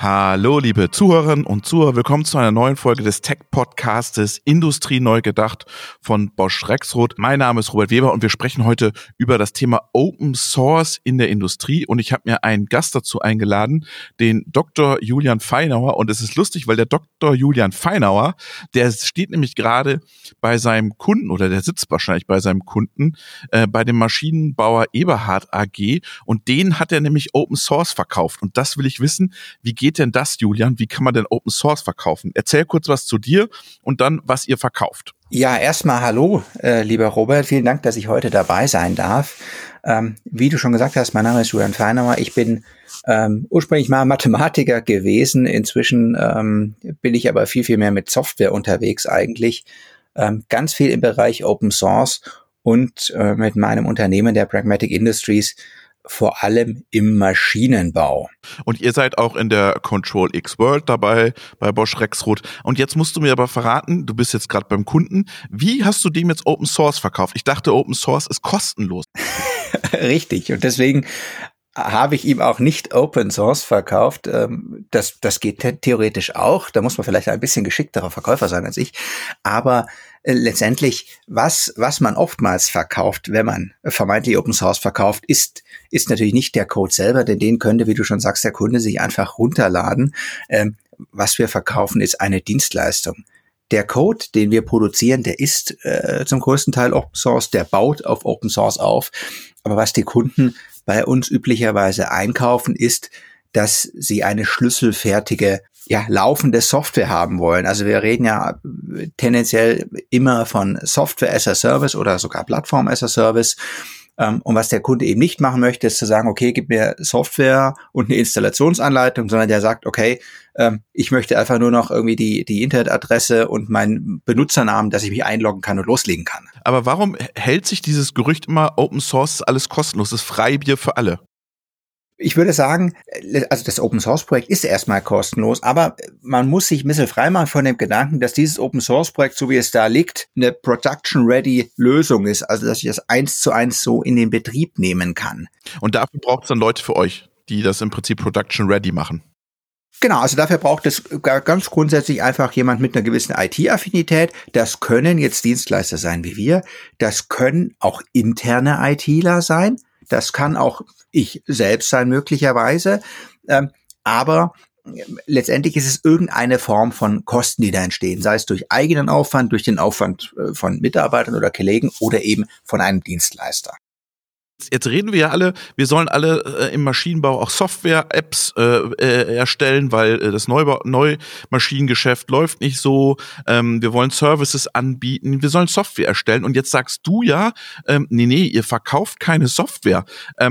Hallo, liebe Zuhörerinnen und Zuhörer, willkommen zu einer neuen Folge des Tech-Podcastes Industrie neu gedacht von Bosch Rexroth. Mein Name ist Robert Weber und wir sprechen heute über das Thema Open Source in der Industrie und ich habe mir einen Gast dazu eingeladen, den Dr. Julian Feinauer, und es ist lustig, weil der Dr. Julian Feinauer, der steht nämlich gerade bei seinem Kunden oder der sitzt wahrscheinlich bei seinem Kunden, bei dem Maschinenbauer Eberhard AG, und den hat er nämlich Open Source verkauft und das will ich wissen. Wie geht denn das, Julian? Wie kann man denn Open Source verkaufen? Erzähl kurz was zu dir und dann, was ihr verkauft. Ja, erstmal hallo, lieber Robert. Vielen Dank, dass ich heute dabei sein darf. Wie du schon gesagt hast, mein Name ist Julian Feinauer. Ich bin ursprünglich mal Mathematiker gewesen. Inzwischen bin ich aber viel mehr mit Software unterwegs eigentlich. Ganz viel im Bereich Open Source und mit meinem Unternehmen, der Pragmatic Industries, vor allem im Maschinenbau. Und ihr seid auch in der Control X World dabei, bei Bosch Rexroth. Und jetzt musst du mir aber verraten, du bist jetzt gerade beim Kunden, wie hast du dem jetzt Open Source verkauft? Ich dachte, Open Source ist kostenlos. Richtig, und deswegen habe ich ihm auch nicht Open Source verkauft. Das geht theoretisch auch. Da muss man vielleicht ein bisschen geschickterer Verkäufer sein als ich. Aber letztendlich, was man oftmals verkauft, wenn man vermeintlich Open Source verkauft, ist natürlich nicht der Code selber, denn den könnte, wie du schon sagst, der Kunde sich einfach runterladen. Was wir verkaufen, ist eine Dienstleistung. Der Code, den wir produzieren, der ist zum größten Teil Open Source, der baut auf Open Source auf. Aber was die Kunden bei uns üblicherweise einkaufen, ist, dass sie eine schlüsselfertige, laufende Software haben wollen. Also wir reden ja tendenziell immer von Software as a Service oder sogar Plattform as a Service. Und was der Kunde eben nicht machen möchte, ist zu sagen, okay, gib mir Software und eine Installationsanleitung, sondern der sagt, okay, ich möchte einfach nur noch irgendwie die Internetadresse und meinen Benutzernamen, dass ich mich einloggen kann und loslegen kann. Aber warum hält sich dieses Gerücht immer, Open Source ist alles kostenlos, ist Freibier für alle? Ich würde sagen, also das Open Source Projekt ist erstmal kostenlos, aber man muss sich ein bisschen freimachen von dem Gedanken, dass dieses Open Source Projekt, so wie es da liegt, eine Production-Ready Lösung ist, also dass ich das 1:1 so in den Betrieb nehmen kann. Und dafür braucht es dann Leute für euch, die das im Prinzip Production-Ready machen. Genau, also dafür braucht es ganz grundsätzlich einfach jemand mit einer gewissen IT-Affinität. Das können jetzt Dienstleister sein wie wir, das können auch interne ITler sein, das kann auch ich selbst sein möglicherweise, aber letztendlich ist es irgendeine Form von Kosten, die da entstehen, sei es durch eigenen Aufwand, durch den Aufwand von Mitarbeitern oder Kollegen oder eben von einem Dienstleister. Jetzt reden wir ja alle, wir sollen alle im Maschinenbau auch Software-Apps erstellen, weil das Neumaschinengeschäft läuft nicht so. Wir wollen Services anbieten, wir sollen Software erstellen. Und jetzt sagst du ja, nee, ihr verkauft keine Software.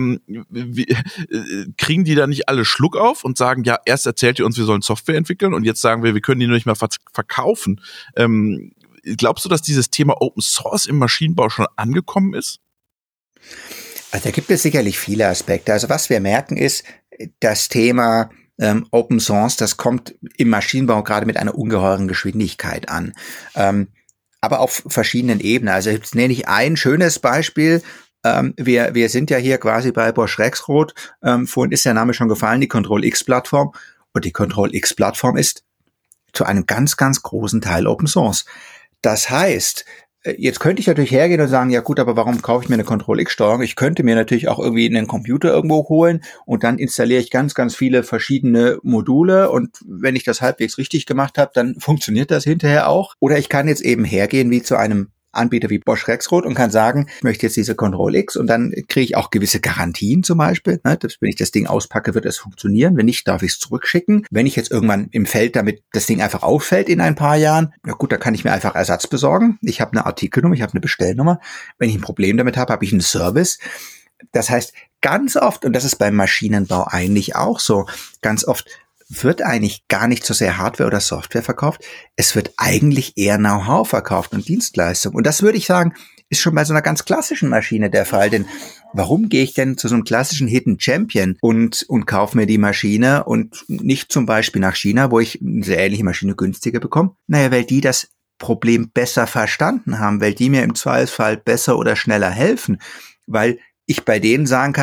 Kriegen die da nicht alle Schluck auf und sagen, ja, erst erzählt ihr uns, wir sollen Software entwickeln und jetzt sagen wir können die nur nicht mehr verkaufen. Glaubst du, dass dieses Thema Open Source im Maschinenbau schon angekommen ist? Also da gibt es sicherlich viele Aspekte. Also was wir merken ist, das Thema Open Source, das kommt im Maschinenbau gerade mit einer ungeheuren Geschwindigkeit an. Aber auf verschiedenen Ebenen. Also jetzt nenne ich ein schönes Beispiel. Wir sind ja hier quasi bei Bosch Rexroth. Vorhin ist der Name schon gefallen, die Control X-Plattform. Und die Control X-Plattform ist zu einem ganz, ganz großen Teil Open Source. Das heißt, jetzt könnte ich natürlich hergehen und sagen, ja gut, aber warum kaufe ich mir eine Control-X-Steuerung? Ich könnte mir natürlich auch irgendwie einen Computer irgendwo holen und dann installiere ich ganz, ganz viele verschiedene Module und wenn ich das halbwegs richtig gemacht habe, dann funktioniert das hinterher auch. Oder ich kann jetzt eben hergehen wie zu einem Anbieter wie Bosch Rexroth und kann sagen, ich möchte jetzt diese Control X und dann kriege ich auch gewisse Garantien zum Beispiel. Wenn ich das Ding auspacke, wird es funktionieren. Wenn nicht, darf ich es zurückschicken. Wenn ich jetzt irgendwann im Feld damit das Ding einfach auffällt in ein paar Jahren, ja gut, da kann ich mir einfach Ersatz besorgen. Ich habe eine Artikelnummer, ich habe eine Bestellnummer. Wenn ich ein Problem damit habe, habe ich einen Service. Das heißt, ganz oft, und das ist beim Maschinenbau eigentlich auch so, ganz oft wird eigentlich gar nicht so sehr Hardware oder Software verkauft. Es wird eigentlich eher Know-how verkauft und Dienstleistung. Und das würde ich sagen, ist schon bei so einer ganz klassischen Maschine der Fall. Denn warum gehe ich denn zu so einem klassischen Hidden Champion und kaufe mir die Maschine und nicht zum Beispiel nach China, wo ich eine sehr ähnliche Maschine günstiger bekomme? Naja, weil die das Problem besser verstanden haben, weil die mir im Zweifelsfall besser oder schneller helfen, weil ich bei denen sagen kann,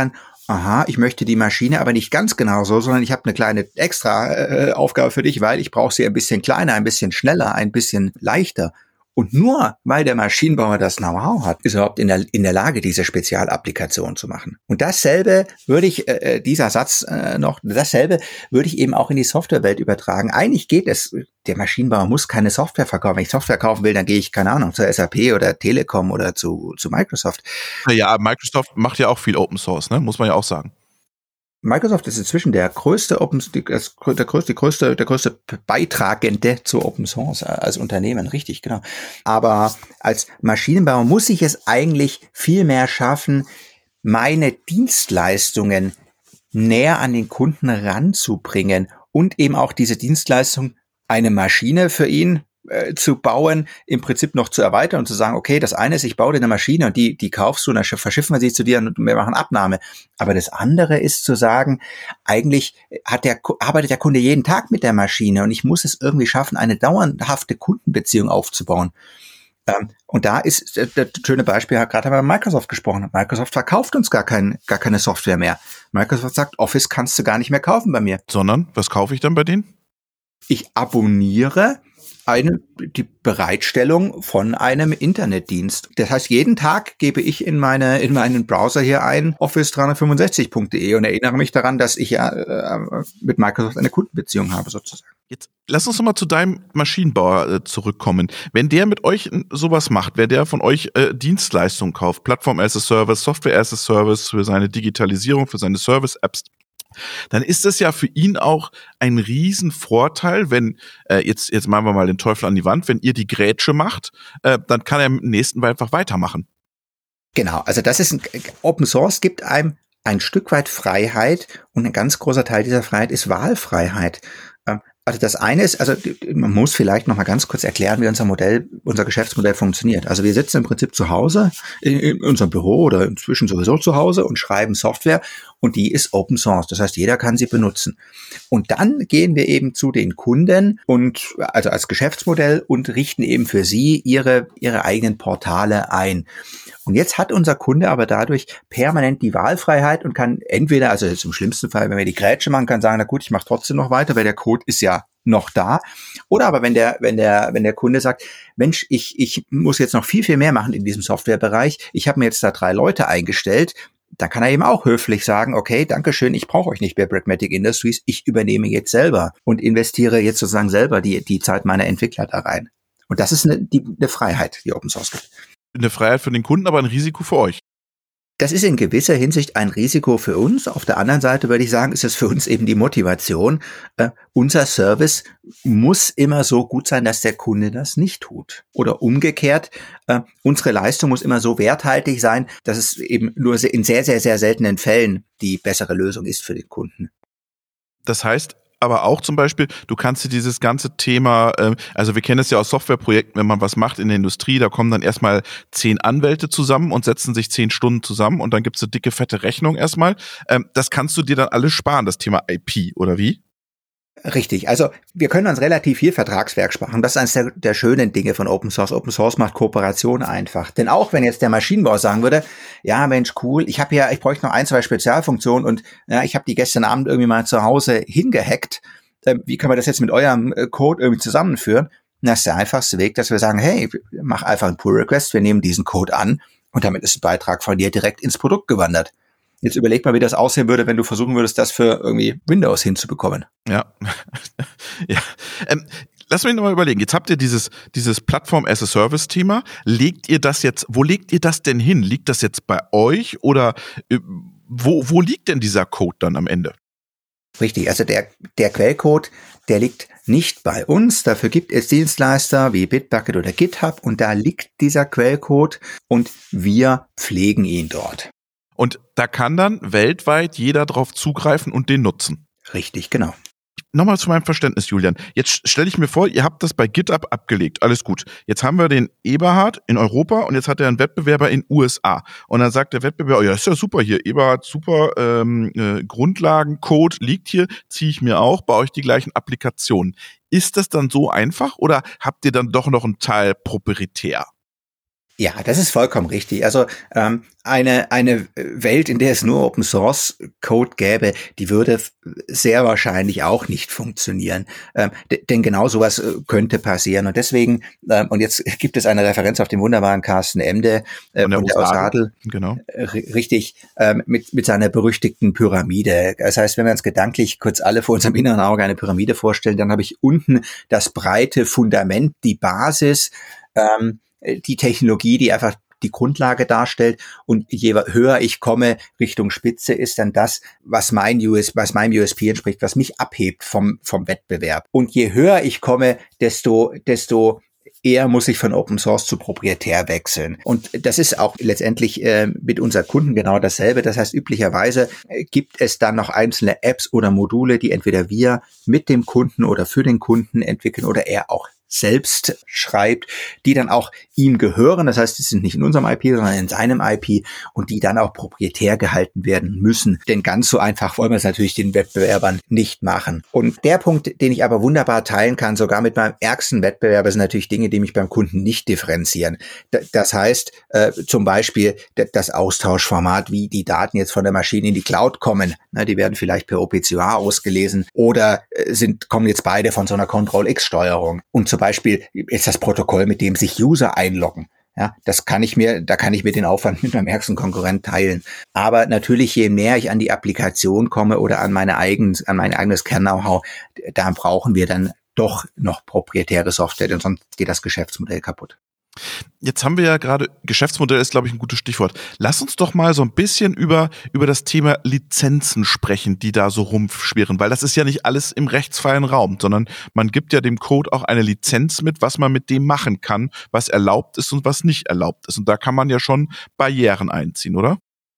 aha, ich möchte die Maschine aber nicht ganz genau so, sondern ich habe eine kleine extra Aufgabe für dich, weil ich brauche sie ein bisschen kleiner, ein bisschen schneller, ein bisschen leichter. Und nur weil der Maschinenbauer das Know-how hat, ist er überhaupt in der Lage, diese Spezialapplikation zu machen. Und dasselbe würde ich, dasselbe würde ich eben auch in die Softwarewelt übertragen. Eigentlich geht es, der Maschinenbauer muss keine Software verkaufen. Wenn ich Software kaufen will, dann gehe ich, keine Ahnung, zur SAP oder Telekom oder zu Microsoft. Ja, Microsoft macht ja auch viel Open Source, ne? Muss man ja auch sagen. Microsoft ist inzwischen der größte der größte Beitragende zu Open Source als Unternehmen, richtig, genau. Aber als Maschinenbauer muss ich es eigentlich viel mehr schaffen, meine Dienstleistungen näher an den Kunden ranzubringen und eben auch diese Dienstleistung, eine Maschine für ihn zu bauen, im Prinzip noch zu erweitern und zu sagen, okay, das eine ist, ich baue dir eine Maschine und die kaufst du und dann verschiffen wir sie zu dir und wir machen Abnahme. Aber das andere ist zu sagen, eigentlich arbeitet der Kunde jeden Tag mit der Maschine und ich muss es irgendwie schaffen, eine dauerhafte Kundenbeziehung aufzubauen. Und da ist das schöne Beispiel, gerade haben wir über Microsoft gesprochen. Microsoft verkauft uns gar keine Software mehr. Microsoft sagt, Office kannst du gar nicht mehr kaufen bei mir. Sondern, was kaufe ich dann bei denen? Ich abonniere die Bereitstellung von einem Internetdienst. Das heißt, jeden Tag gebe ich in meinen Browser hier ein office365.de und erinnere mich daran, dass ich mit Microsoft eine Kundenbeziehung habe sozusagen. Jetzt lass uns nochmal zu deinem Maschinenbauer zurückkommen. Wenn der mit euch sowas macht, wenn der von euch Dienstleistungen kauft, Plattform as a Service, Software as a Service für seine Digitalisierung, für seine Service-Apps, dann ist es ja für ihn auch ein Riesenvorteil, wenn, jetzt machen wir mal den Teufel an die Wand, wenn ihr die Grätsche macht, dann kann er im nächsten Mal einfach weitermachen. Genau, also das ist Open Source gibt einem ein Stück weit Freiheit und ein ganz großer Teil dieser Freiheit ist Wahlfreiheit. Also das eine ist, also man muss vielleicht noch mal ganz kurz erklären, wie unser Geschäftsmodell funktioniert. Also wir sitzen im Prinzip zu Hause in unserem Büro oder inzwischen sowieso zu Hause und schreiben Software und die ist Open Source. Das heißt, jeder kann sie benutzen. Und dann gehen wir eben zu den Kunden und also als Geschäftsmodell und richten eben für sie ihre eigenen Portale ein. Und jetzt hat unser Kunde aber dadurch permanent die Wahlfreiheit und kann entweder, also jetzt im schlimmsten Fall, wenn wir die Grätsche machen, kann sagen, na gut, ich mache trotzdem noch weiter, weil der Code ist ja noch da. Oder aber wenn der Kunde sagt, Mensch, ich muss jetzt noch viel, viel mehr machen in diesem Softwarebereich, ich habe mir jetzt da 3 Leute eingestellt, dann kann er eben auch höflich sagen, okay, dankeschön, ich brauche euch nicht bei Pragmatic Industries, ich übernehme jetzt selber und investiere jetzt sozusagen selber die Zeit meiner Entwickler da rein. Und das ist eine Freiheit, die Open Source gibt. Eine Freiheit für den Kunden, aber ein Risiko für euch. Das ist in gewisser Hinsicht ein Risiko für uns. Auf der anderen Seite würde ich sagen, ist es für uns eben die Motivation. Unser Service muss immer so gut sein, dass der Kunde das nicht tut. Oder umgekehrt, unsere Leistung muss immer so werthaltig sein, dass es eben nur in sehr, sehr, sehr seltenen Fällen die bessere Lösung ist für den Kunden. Das heißt, aber auch zum Beispiel, du kannst dir dieses ganze Thema, also wir kennen es ja aus Softwareprojekten, wenn man was macht in der Industrie, da kommen dann erstmal 10 Anwälte zusammen und setzen sich 10 Stunden zusammen und dann gibt's eine dicke, fette Rechnung erstmal. Das kannst du dir dann alles sparen, das Thema IP, oder wie? Richtig, also wir können uns relativ viel Vertragswerk sparen. Das ist eines der schönen Dinge von Open Source. Open Source macht Kooperation einfach. Denn auch wenn jetzt der Maschinenbauer sagen würde, ja Mensch, cool, ich bräuchte noch 1, 2 Spezialfunktionen und ja, ich habe die gestern Abend irgendwie mal zu Hause hingehackt. Wie können wir das jetzt mit eurem Code irgendwie zusammenführen? Das ist der einfachste Weg, dass wir sagen, hey, mach einfach einen Pull-Request, wir nehmen diesen Code an und damit ist ein Beitrag von dir direkt ins Produkt gewandert. Jetzt überleg mal, wie das aussehen würde, wenn du versuchen würdest, das für irgendwie Windows hinzubekommen. Ja. Ja. Lass mich nochmal überlegen. Jetzt habt ihr dieses Plattform as a Service Thema. Wo legt ihr das denn hin? Liegt das jetzt bei euch oder wo liegt denn dieser Code dann am Ende? Richtig, also der Quellcode, der liegt nicht bei uns. Dafür gibt es Dienstleister wie Bitbucket oder GitHub und da liegt dieser Quellcode und wir pflegen ihn dort. Und da kann dann weltweit jeder drauf zugreifen und den nutzen. Richtig, genau. Nochmal zu meinem Verständnis, Julian. Jetzt stelle ich mir vor, ihr habt das bei GitHub abgelegt. Alles gut. Jetzt haben wir den Eberhard in Europa und jetzt hat er einen Wettbewerber in USA. Und dann sagt der Wettbewerber, ja, ist ja super hier. Eberhard, super Grundlagencode liegt hier, ziehe ich mir auch, baue ich die gleichen Applikationen. Ist das dann so einfach oder habt ihr dann doch noch einen Teil proprietär? Ja, das ist vollkommen richtig. Also eine Welt, in der es nur Open Source Code gäbe, die würde sehr wahrscheinlich auch nicht funktionieren. Denn genau sowas könnte passieren. Und deswegen, und jetzt gibt es eine Referenz auf den wunderbaren Carsten Emde Von der aus Adel, genau. Richtig, mit seiner berüchtigten Pyramide. Das heißt, wenn wir uns gedanklich kurz alle vor unserem inneren Auge eine Pyramide vorstellen, dann habe ich unten das breite Fundament, die Basis, die Technologie, die einfach die Grundlage darstellt, und je höher ich komme Richtung Spitze, ist dann das, was meinem USP entspricht, was mich abhebt vom Wettbewerb. Und je höher ich komme, desto eher muss ich von Open Source zu proprietär wechseln. Und das ist auch letztendlich mit unseren Kunden genau dasselbe. Das heißt, üblicherweise gibt es dann noch einzelne Apps oder Module, die entweder wir mit dem Kunden oder für den Kunden entwickeln oder er auch selbst schreibt, die dann auch ihm gehören. Das heißt, die sind nicht in unserem IP, sondern in seinem IP, und die dann auch proprietär gehalten werden müssen. Denn ganz so einfach wollen wir es natürlich den Wettbewerbern nicht machen. Und der Punkt, den ich aber wunderbar teilen kann, sogar mit meinem ärgsten Wettbewerber, sind natürlich Dinge, die mich beim Kunden nicht differenzieren. Das heißt, zum Beispiel das Austauschformat, wie die Daten jetzt von der Maschine in die Cloud kommen. Die werden vielleicht per OPC-UA ausgelesen oder kommen jetzt beide von so einer Control-X-Steuerung. Und zum Beispiel ist das Protokoll, mit dem sich User einloggen. Ja, da kann ich mir den Aufwand mit meinem ärgsten Konkurrent teilen. Aber natürlich, je näher ich an die Applikation komme oder an mein eigenes Kern-Know-how, da brauchen wir dann doch noch proprietäre Software, denn sonst geht das Geschäftsmodell kaputt. Jetzt haben wir ja gerade, Geschäftsmodell ist, glaube ich, ein gutes Stichwort. Lass uns doch mal so ein bisschen über das Thema Lizenzen sprechen, die da so rumschwirren, weil das ist ja nicht alles im rechtsfreien Raum, sondern man gibt ja dem Code auch eine Lizenz mit, was man mit dem machen kann, was erlaubt ist und was nicht erlaubt ist. Und da kann man ja schon Barrieren einziehen, oder?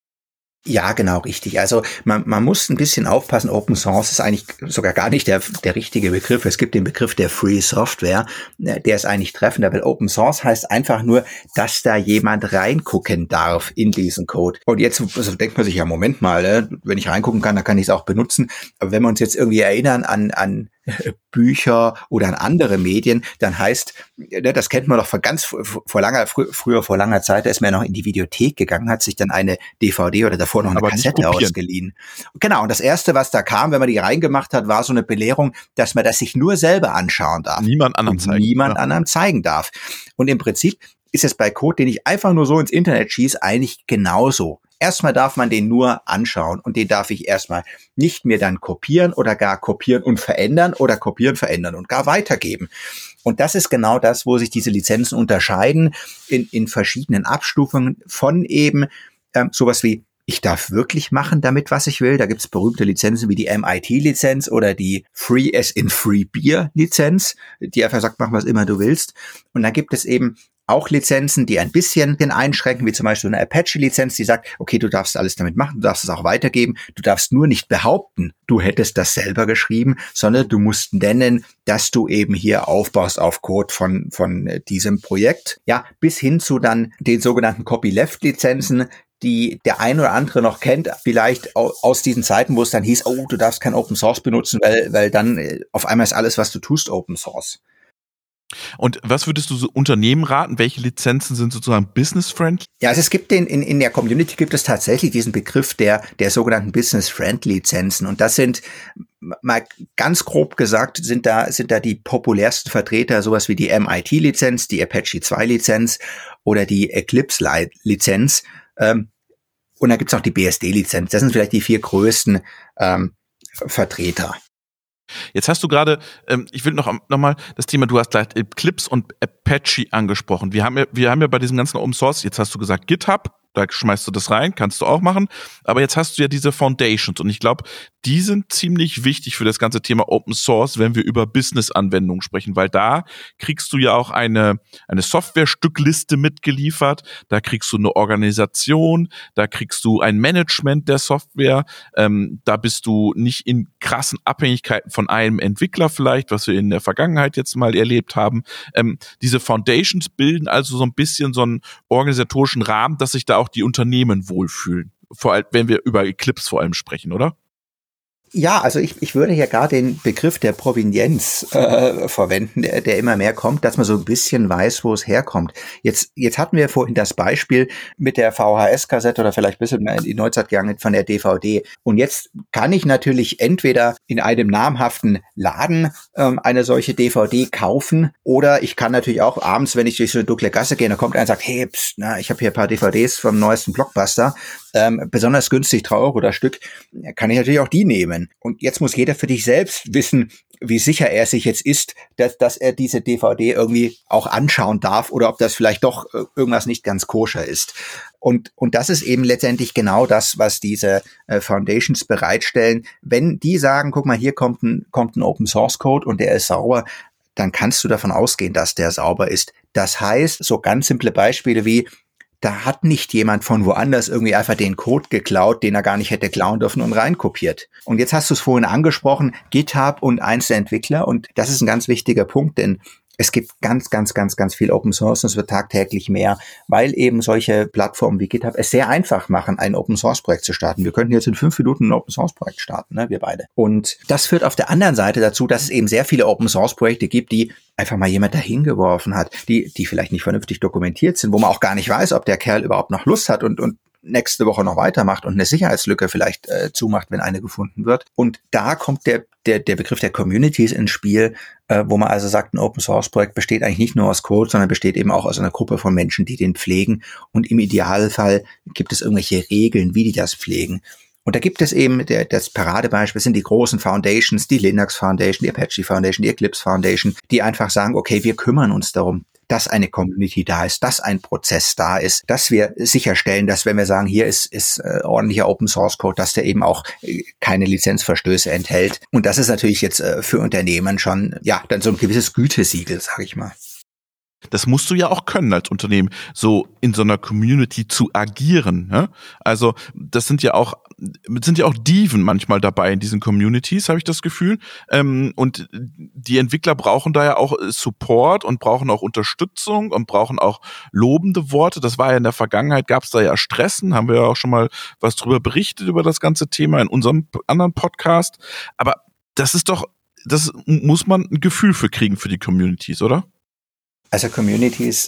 Ja, genau, richtig. Also man muss ein bisschen aufpassen. Open Source ist eigentlich sogar gar nicht der richtige Begriff. Es gibt den Begriff der Free Software, der ist eigentlich treffender, weil Open Source heißt einfach nur, dass da jemand reingucken darf in diesen Code. Und jetzt denkt man sich, ja, Moment mal, wenn ich reingucken kann, dann kann ich es auch benutzen. Aber wenn wir uns jetzt irgendwie erinnern an Bücher oder an andere Medien, dann heißt, das kennt man doch früher vor langer Zeit, da ist man ja noch in die Videothek gegangen, hat sich dann eine DVD oder davor noch eine Kassette ausgeliehen. Genau, und das Erste, was da kam, wenn man die reingemacht hat, war so eine Belehrung, dass man das sich nur selber anschauen darf. Niemand anderem zeigen darf. Und im Prinzip ist es bei Code, den ich einfach nur so ins Internet schieße, eigentlich genauso. Erstmal darf man den nur anschauen und den darf ich erstmal nicht mehr dann kopieren oder gar kopieren und verändern oder kopieren, verändern und gar weitergeben. Und das ist genau das, wo sich diese Lizenzen unterscheiden in verschiedenen Abstufungen von eben sowas wie, ich darf wirklich machen damit, was ich will. Da gibt's berühmte Lizenzen wie die MIT-Lizenz oder die Free as in Free Beer Lizenz, die einfach sagt, mach was immer du willst. Und dann gibt es eben auch Lizenzen, die ein bisschen den einschränken, wie zum Beispiel eine Apache-Lizenz, die sagt, okay, du darfst alles damit machen, du darfst es auch weitergeben, du darfst nur nicht behaupten, du hättest das selber geschrieben, sondern du musst nennen, dass du eben hier aufbaust auf Code von diesem Projekt. Ja, bis hin zu dann den sogenannten Copyleft-Lizenzen, die der ein oder andere noch kennt, vielleicht aus diesen Zeiten, wo es dann hieß, oh, du darfst kein Open Source benutzen, weil dann auf einmal ist alles, was du tust, Open Source. Und was würdest du so Unternehmen raten? Welche Lizenzen sind sozusagen business-friendly? Ja, also es gibt in der Community gibt es tatsächlich diesen Begriff der sogenannten business-friendly Lizenzen. Und das sind, mal ganz grob gesagt, sind da die populärsten Vertreter, sowas wie die MIT-Lizenz, die Apache 2-Lizenz oder die Eclipse-Lizenz. Und da gibt's auch die BSD-Lizenz. Das sind vielleicht die 4 größten Vertreter. Jetzt hast du gerade, ich will noch mal das Thema, du hast gleich Eclipse und Apache angesprochen. Wir haben ja bei diesem ganzen Open Source, jetzt hast du gesagt GitHub, da schmeißt du das rein, kannst du auch machen. Aber jetzt hast du ja diese Foundations und ich glaube, die sind ziemlich wichtig für das ganze Thema Open Source, wenn wir über Business-Anwendungen sprechen, weil da kriegst du ja auch eine Software-Stückliste mitgeliefert, da kriegst du eine Organisation, da kriegst du ein Management der Software, da bist du nicht in krassen Abhängigkeiten von einem Entwickler vielleicht, was wir in der Vergangenheit jetzt mal erlebt haben. Diese Foundations bilden also so ein bisschen so einen organisatorischen Rahmen, dass sich da auch die Unternehmen wohlfühlen. Vor allem, wenn wir über Eclipse vor allem sprechen, oder? Ja, also ich würde hier gerade den Begriff der Provenienz verwenden, der immer mehr kommt, dass man so ein bisschen weiß, wo es herkommt. Jetzt hatten wir vorhin das Beispiel mit der VHS-Kassette oder vielleicht ein bisschen mehr in die Neuzeit gegangen von der DVD. Und jetzt kann ich natürlich entweder in einem namhaften Laden eine solche DVD kaufen oder ich kann natürlich auch abends, wenn ich durch so eine dunkle Gasse gehe, da kommt einer und sagt, hey, pst, ich habe hier ein paar DVDs vom neuesten Blockbuster, besonders günstig, 3 Euro das Stück, kann ich natürlich auch die nehmen. Und jetzt muss jeder für dich selbst wissen, wie sicher er sich jetzt ist, dass er diese DVD irgendwie auch anschauen darf oder ob das vielleicht doch irgendwas nicht ganz koscher ist. Und das ist eben letztendlich genau das, was diese Foundations bereitstellen. Wenn die sagen, guck mal, hier kommt ein Open Source Code und der ist sauber, dann kannst du davon ausgehen, dass der sauber ist. Das heißt, so ganz simple Beispiele wie, da hat nicht jemand von woanders irgendwie einfach den Code geklaut, den er gar nicht hätte klauen dürfen und reinkopiert. Und jetzt hast du es vorhin angesprochen, GitHub und Einzelentwickler. Und das ist ein ganz wichtiger Punkt, denn es gibt ganz, ganz, ganz, ganz viel Open Source und es wird tagtäglich mehr, weil eben solche Plattformen wie GitHub es sehr einfach machen, ein Open Source Projekt zu starten. Wir könnten jetzt in 5 Minuten ein Open Source Projekt starten, ne, wir beide. Und das führt auf der anderen Seite dazu, dass es eben sehr viele Open Source Projekte gibt, die einfach mal jemand dahin geworfen hat, die vielleicht nicht vernünftig dokumentiert sind, wo man auch gar nicht weiß, ob der Kerl überhaupt noch Lust hat und nächste Woche noch weitermacht und eine Sicherheitslücke vielleicht zumacht, wenn eine gefunden wird. Und da kommt der Begriff der Communities ins Spiel, wo man also sagt, ein Open-Source-Projekt besteht eigentlich nicht nur aus Code, sondern besteht eben auch aus einer Gruppe von Menschen, die den pflegen. Und im Idealfall gibt es irgendwelche Regeln, wie die das pflegen. Und da gibt es eben, das Paradebeispiel sind die großen Foundations, die Linux Foundation, die Apache Foundation, die Eclipse Foundation, die einfach sagen, okay, wir kümmern uns darum, dass eine Community da ist, dass ein Prozess da ist, dass wir sicherstellen, dass wenn wir sagen, hier ist ordentlicher Open Source Code, dass der eben auch keine Lizenzverstöße enthält. Und das ist natürlich jetzt für Unternehmen schon, ja, dann so ein gewisses Gütesiegel, sag ich mal. Das musst du ja auch können als Unternehmen, so in so einer Community zu agieren. Ne? Also das sind ja auch Diven manchmal dabei in diesen Communities, habe ich das Gefühl. Und die Entwickler brauchen da ja auch Support und brauchen auch Unterstützung und brauchen auch lobende Worte. Das war ja in der Vergangenheit, gab es da ja Stressen, haben wir ja auch schon mal was drüber berichtet über das ganze Thema in unserem anderen Podcast. Aber das muss man ein Gefühl für kriegen für die Communities, oder? Also Communities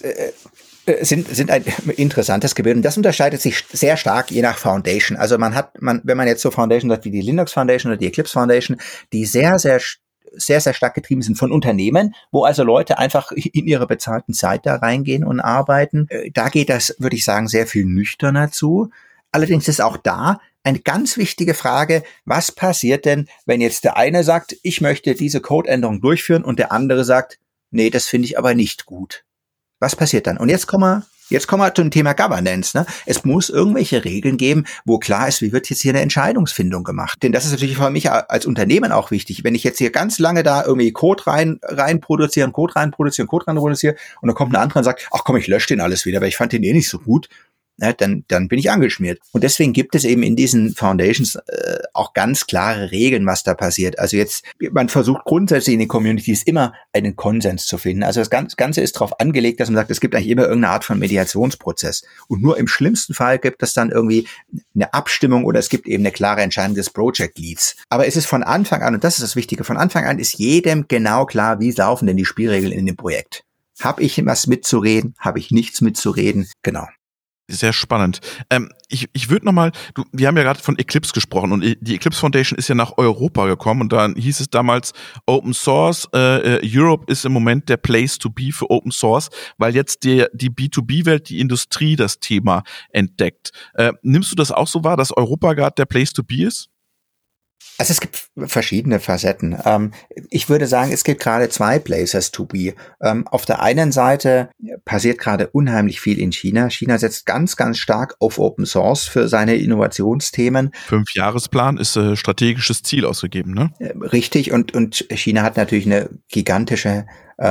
sind ein interessantes Gebilde. Und das unterscheidet sich sehr stark je nach Foundation. Also wenn man jetzt so Foundations hat wie die Linux Foundation oder die Eclipse Foundation, die sehr, sehr stark getrieben sind von Unternehmen, wo also Leute einfach in ihrer bezahlten Zeit da reingehen und arbeiten. Da geht das, würde ich sagen, sehr viel nüchterner zu. Allerdings ist auch da eine ganz wichtige Frage, was passiert denn, wenn jetzt der eine sagt, ich möchte diese Codeänderung durchführen und der andere sagt, nee, das finde ich aber nicht gut. Was passiert dann? Und jetzt kommen wir zum Thema Governance. Ne? Es muss irgendwelche Regeln geben, wo klar ist, wie wird jetzt hier eine Entscheidungsfindung gemacht. Denn das ist natürlich für mich als Unternehmen auch wichtig. Wenn ich jetzt hier ganz lange da irgendwie Code rein produziere und dann kommt ein anderer und sagt, ach komm, ich lösche den alles wieder, weil ich fand den nicht so gut. Ja, dann bin ich angeschmiert. Und deswegen gibt es eben in diesen Foundations auch ganz klare Regeln, was da passiert. Also jetzt, man versucht grundsätzlich in den Communities immer einen Konsens zu finden. Also das Ganze ist darauf angelegt, dass man sagt, es gibt eigentlich immer irgendeine Art von Mediationsprozess. Und nur im schlimmsten Fall gibt es dann irgendwie eine Abstimmung oder es gibt eben eine klare Entscheidung des Project Leads. Aber es ist von Anfang an, und das ist das Wichtige, von Anfang an ist jedem genau klar, wie laufen denn die Spielregeln in dem Projekt. Habe ich was mitzureden? Habe ich nichts mitzureden? Genau. Sehr spannend. Ich würde nochmal, wir haben ja gerade von Eclipse gesprochen und die Eclipse Foundation ist ja nach Europa gekommen und dann hieß es damals Open Source, Europe ist im Moment der Place to be für Open Source, weil jetzt die B2B-Welt, die Industrie das Thema entdeckt. Nimmst du das auch so wahr, dass Europa gerade der Place to be ist? Also es gibt verschiedene Facetten. Ich würde sagen, es gibt gerade 2 Places to be. Auf der einen Seite passiert gerade unheimlich viel in China. China setzt ganz, ganz stark auf Open Source für seine Innovationsthemen. 5-Jahresplan ist strategisches Ziel ausgegeben, ne? Richtig. Und China hat natürlich eine gigantische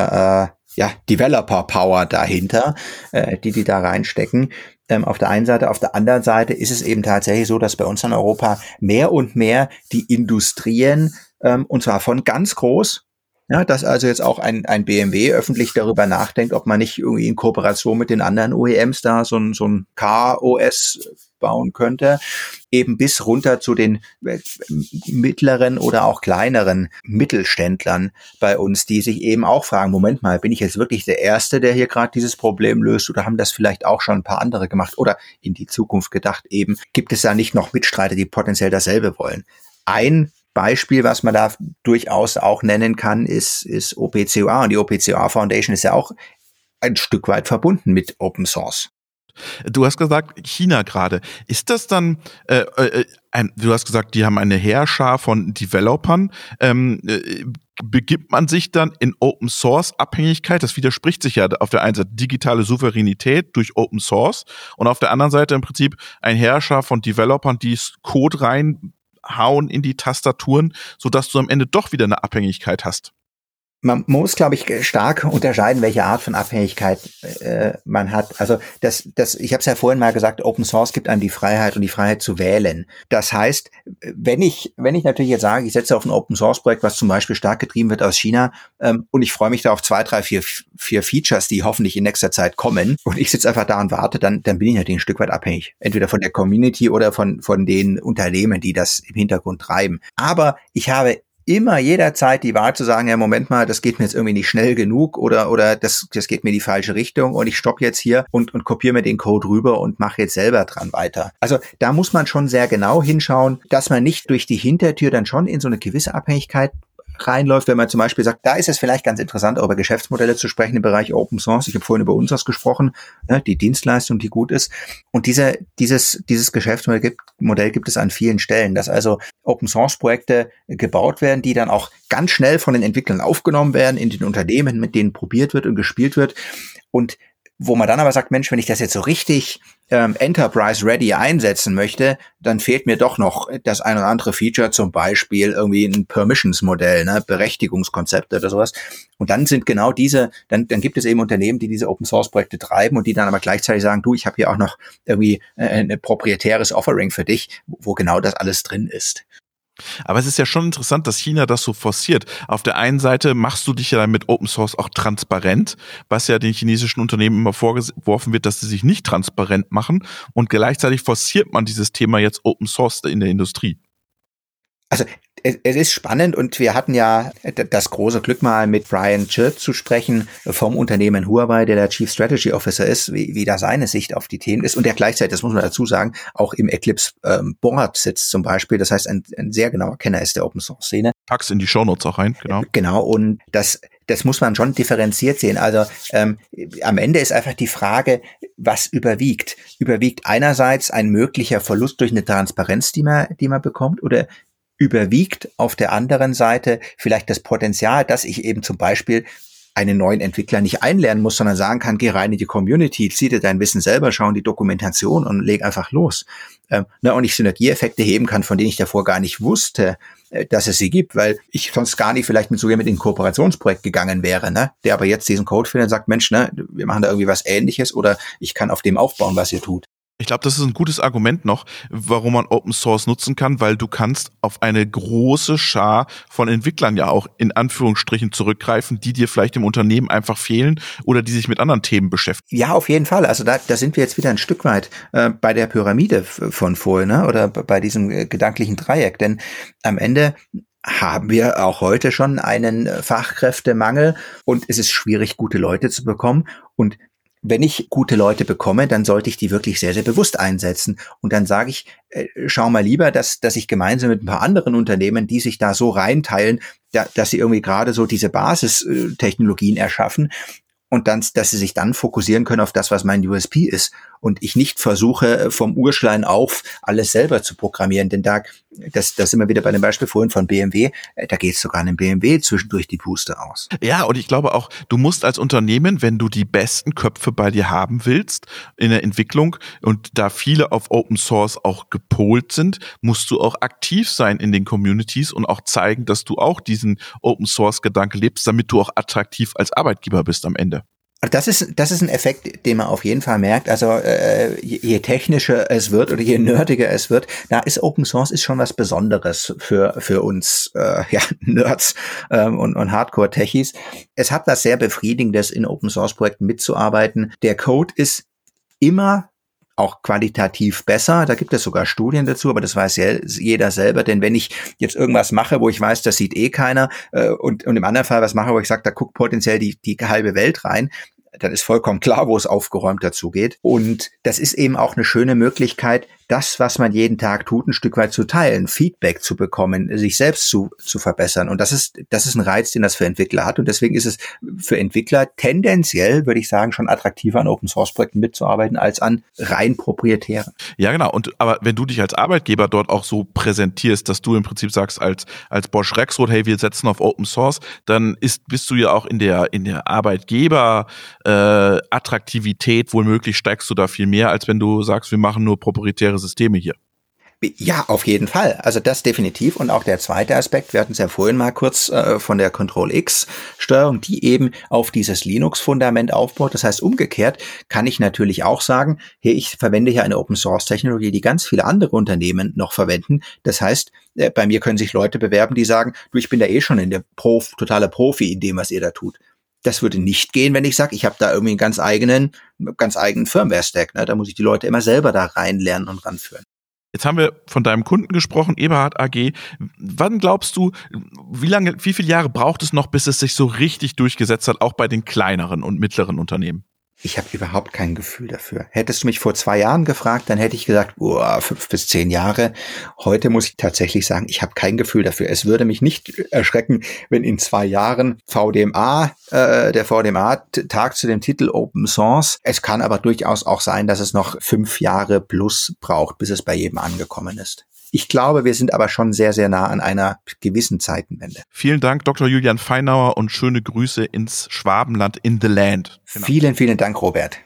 Developer-Power dahinter, die da reinstecken. Auf der einen Seite. Auf der anderen Seite ist es eben tatsächlich so, dass bei uns in Europa mehr und mehr die Industrien, und zwar von ganz groß, ja, dass also jetzt auch ein BMW öffentlich darüber nachdenkt, ob man nicht irgendwie in Kooperation mit den anderen OEMs da so ein Car-OS bauen könnte. eben bis runter zu den mittleren oder auch kleineren Mittelständlern bei uns, die sich eben auch fragen, Moment mal, bin ich jetzt wirklich der Erste, der hier gerade dieses Problem löst, oder haben das vielleicht auch schon ein paar andere gemacht oder in die Zukunft gedacht eben, gibt es da nicht noch Mitstreiter, die potenziell dasselbe wollen? Ein Beispiel, was man da durchaus auch nennen kann, ist OPCOA, und die OPCOA Foundation ist ja auch ein Stück weit verbunden mit Open Source. Du hast gesagt, China gerade. Ist das dann, du hast gesagt, die haben eine Heerschar von Developern. Begibt man sich dann in Open Source Abhängigkeit? Das widerspricht sich ja auf der einen Seite digitale Souveränität durch Open Source und auf der anderen Seite im Prinzip ein Heerschar von Developern, die Code reinhauen in die Tastaturen, sodass du am Ende doch wieder eine Abhängigkeit hast. Man muss, glaube ich, stark unterscheiden, welche Art von Abhängigkeit man hat. Also ich habe es ja vorhin mal gesagt, Open Source gibt einem die Freiheit und die Freiheit zu wählen. Das heißt, wenn ich natürlich jetzt sage, ich setze auf ein Open Source Projekt, was zum Beispiel stark getrieben wird aus China, und ich freue mich da auf 2, 3, 4 Features, die hoffentlich in nächster Zeit kommen, und ich sitze einfach da und warte, dann bin ich natürlich ein Stück weit abhängig. Entweder von der Community oder von den Unternehmen, die das im Hintergrund treiben. Aber ich habe immer jederzeit die Wahl zu sagen, ja, Moment mal, das geht mir jetzt irgendwie nicht schnell genug oder das geht mir in die falsche Richtung und ich stoppe jetzt hier und kopiere mir den Code rüber und mache jetzt selber dran weiter. Also da muss man schon sehr genau hinschauen, dass man nicht durch die Hintertür dann schon in so eine gewisse Abhängigkeit reinläuft, wenn man zum Beispiel sagt, da ist es vielleicht ganz interessant, auch über Geschäftsmodelle zu sprechen im Bereich Open Source. Ich habe vorhin über unseres gesprochen, die Dienstleistung, die gut ist. Und dieses Geschäftsmodell gibt es an vielen Stellen, dass also Open Source Projekte gebaut werden, die dann auch ganz schnell von den Entwicklern aufgenommen werden, in den Unternehmen, mit denen probiert wird und gespielt wird. Und wo man dann aber sagt, Mensch, wenn ich das jetzt so richtig Enterprise-ready einsetzen möchte, dann fehlt mir doch noch das ein oder andere Feature, zum Beispiel irgendwie ein Permissions-Modell, Berechtigungskonzepte oder sowas. Und dann sind genau dann gibt es eben Unternehmen, die diese Open-Source-Projekte treiben und die dann aber gleichzeitig sagen, du, ich habe hier auch noch irgendwie ein proprietäres Offering für dich, wo genau das alles drin ist. Aber es ist ja schon interessant, dass China das so forciert. Auf der einen Seite machst du dich ja dann mit Open Source auch transparent, was ja den chinesischen Unternehmen immer vorgeworfen wird, dass sie sich nicht transparent machen. Und gleichzeitig forciert man dieses Thema jetzt Open Source in der Industrie. Also es ist spannend, und wir hatten ja das große Glück, mal mit Brian Chirk zu sprechen vom Unternehmen Huawei, der Chief Strategy Officer ist, wie da seine Sicht auf die Themen ist, und der gleichzeitig, das muss man dazu sagen, auch im Eclipse Board sitzt zum Beispiel. Das heißt, ein sehr genauer Kenner ist der Open Source Szene. Pack's in die Shownotes auch rein, genau. Genau, und das muss man schon differenziert sehen. Also am Ende ist einfach die Frage, was überwiegt? Überwiegt einerseits ein möglicher Verlust durch eine Transparenz, die man bekommt, oder überwiegt auf der anderen Seite vielleicht das Potenzial, dass ich eben zum Beispiel einen neuen Entwickler nicht einlernen muss, sondern sagen kann, geh rein in die Community, zieh dir dein Wissen selber, schau in die Dokumentation und leg einfach los. Und ich Synergieeffekte heben kann, von denen ich davor gar nicht wusste, dass es sie gibt, weil ich sonst gar nicht vielleicht mit in ein Kooperationsprojekt gegangen wäre, der aber jetzt diesen Code findet und sagt, Mensch, wir machen da irgendwie was Ähnliches, oder ich kann auf dem aufbauen, was ihr tut. Ich glaube, das ist ein gutes Argument noch, warum man Open Source nutzen kann, weil du kannst auf eine große Schar von Entwicklern ja auch in Anführungsstrichen zurückgreifen, die dir vielleicht im Unternehmen einfach fehlen oder die sich mit anderen Themen beschäftigen. Ja, auf jeden Fall. Also da sind wir jetzt wieder ein Stück weit bei der Pyramide von vorhin, oder bei diesem gedanklichen Dreieck. Denn am Ende haben wir auch heute schon einen Fachkräftemangel, und es ist schwierig, gute Leute zu bekommen. Und wenn ich gute Leute bekomme, dann sollte ich die wirklich sehr, sehr bewusst einsetzen. Und dann sage ich, schau mal lieber, dass ich gemeinsam mit ein paar anderen Unternehmen, die sich da so reinteilen, dass sie irgendwie gerade so diese Basistechnologien erschaffen, und dann, dass sie sich dann fokussieren können auf das, was mein USP ist, und ich nicht versuche, vom Urschlein auf alles selber zu programmieren. Denn das sind wir wieder bei dem Beispiel vorhin von BMW, da geht sogar einem BMW zwischendurch die Puste aus. Ja, und ich glaube auch, du musst als Unternehmen, wenn du die besten Köpfe bei dir haben willst in der Entwicklung, und da viele auf Open Source auch gepolt sind, musst du auch aktiv sein in den Communities und auch zeigen, dass du auch diesen Open Source Gedanke lebst, damit du auch attraktiv als Arbeitgeber bist am Ende. Das ist ein Effekt, den man auf jeden Fall merkt. Also je technischer es wird oder je nerdiger es wird, da ist Open Source ist schon was Besonderes für uns Nerds und Hardcore-Techies. Es hat was sehr Befriedigendes, in Open Source Projekten mitzuarbeiten. Der Code ist immer auch qualitativ besser. Da gibt es sogar Studien dazu, aber das weiß jeder selber. Denn wenn ich jetzt irgendwas mache, wo ich weiß, das sieht eh keiner, und im anderen Fall was mache, wo ich sage, da guckt potenziell die halbe Welt rein, dann ist vollkommen klar, wo es aufgeräumt dazu geht. Und das ist eben auch eine schöne Möglichkeit, das, was man jeden Tag tut, ein Stück weit zu teilen, Feedback zu bekommen, sich selbst zu verbessern. Und das ist ein Reiz, den das für Entwickler hat. Und deswegen ist es für Entwickler tendenziell, würde ich sagen, schon attraktiver, an Open-Source-Projekten mitzuarbeiten, als an rein proprietären. Ja, genau. Aber wenn du dich als Arbeitgeber dort auch so präsentierst, dass du im Prinzip sagst, als Bosch Rexroth, hey, wir setzen auf Open Source, dann bist du ja auch in der Arbeitgeber Attraktivität womöglich steigst du da viel mehr, als wenn du sagst, wir machen nur proprietäre Systeme hier. Ja, auf jeden Fall. Also das definitiv. Und auch der zweite Aspekt, wir hatten es ja vorhin mal kurz von der Control-X-Steuerung, die eben auf dieses Linux-Fundament aufbaut. Das heißt, umgekehrt kann ich natürlich auch sagen, hey, ich verwende hier eine Open-Source-Technologie, die ganz viele andere Unternehmen noch verwenden. Das heißt, bei mir können sich Leute bewerben, die sagen, du, ich bin da eh schon totaler Profi in dem, was ihr da tut. Das würde nicht gehen, wenn ich sage, ich habe da irgendwie einen ganz eigenen Firmware-Stack. Ne? Da muss ich die Leute immer selber da reinlernen und ranführen. Jetzt haben wir von deinem Kunden gesprochen, Eberhard AG. Wann glaubst du, wie viele Jahre braucht es noch, bis es sich so richtig durchgesetzt hat, auch bei den kleineren und mittleren Unternehmen? Ich habe überhaupt kein Gefühl dafür. Hättest du mich vor 2 Jahren gefragt, dann hätte ich gesagt, 5 bis 10 Jahre. Heute muss ich tatsächlich sagen, ich habe kein Gefühl dafür. Es würde mich nicht erschrecken, wenn in 2 Jahren der VDMA tagt zu dem Titel Open Source. Es kann aber durchaus auch sein, dass es noch 5 Jahre plus braucht, bis es bei jedem angekommen ist. Ich glaube, wir sind aber schon sehr, sehr nah an einer gewissen Zeitenwende. Vielen Dank, Dr. Julian Feinauer, und schöne Grüße ins Schwabenland in the Land. Genau. Vielen, vielen Dank, Robert.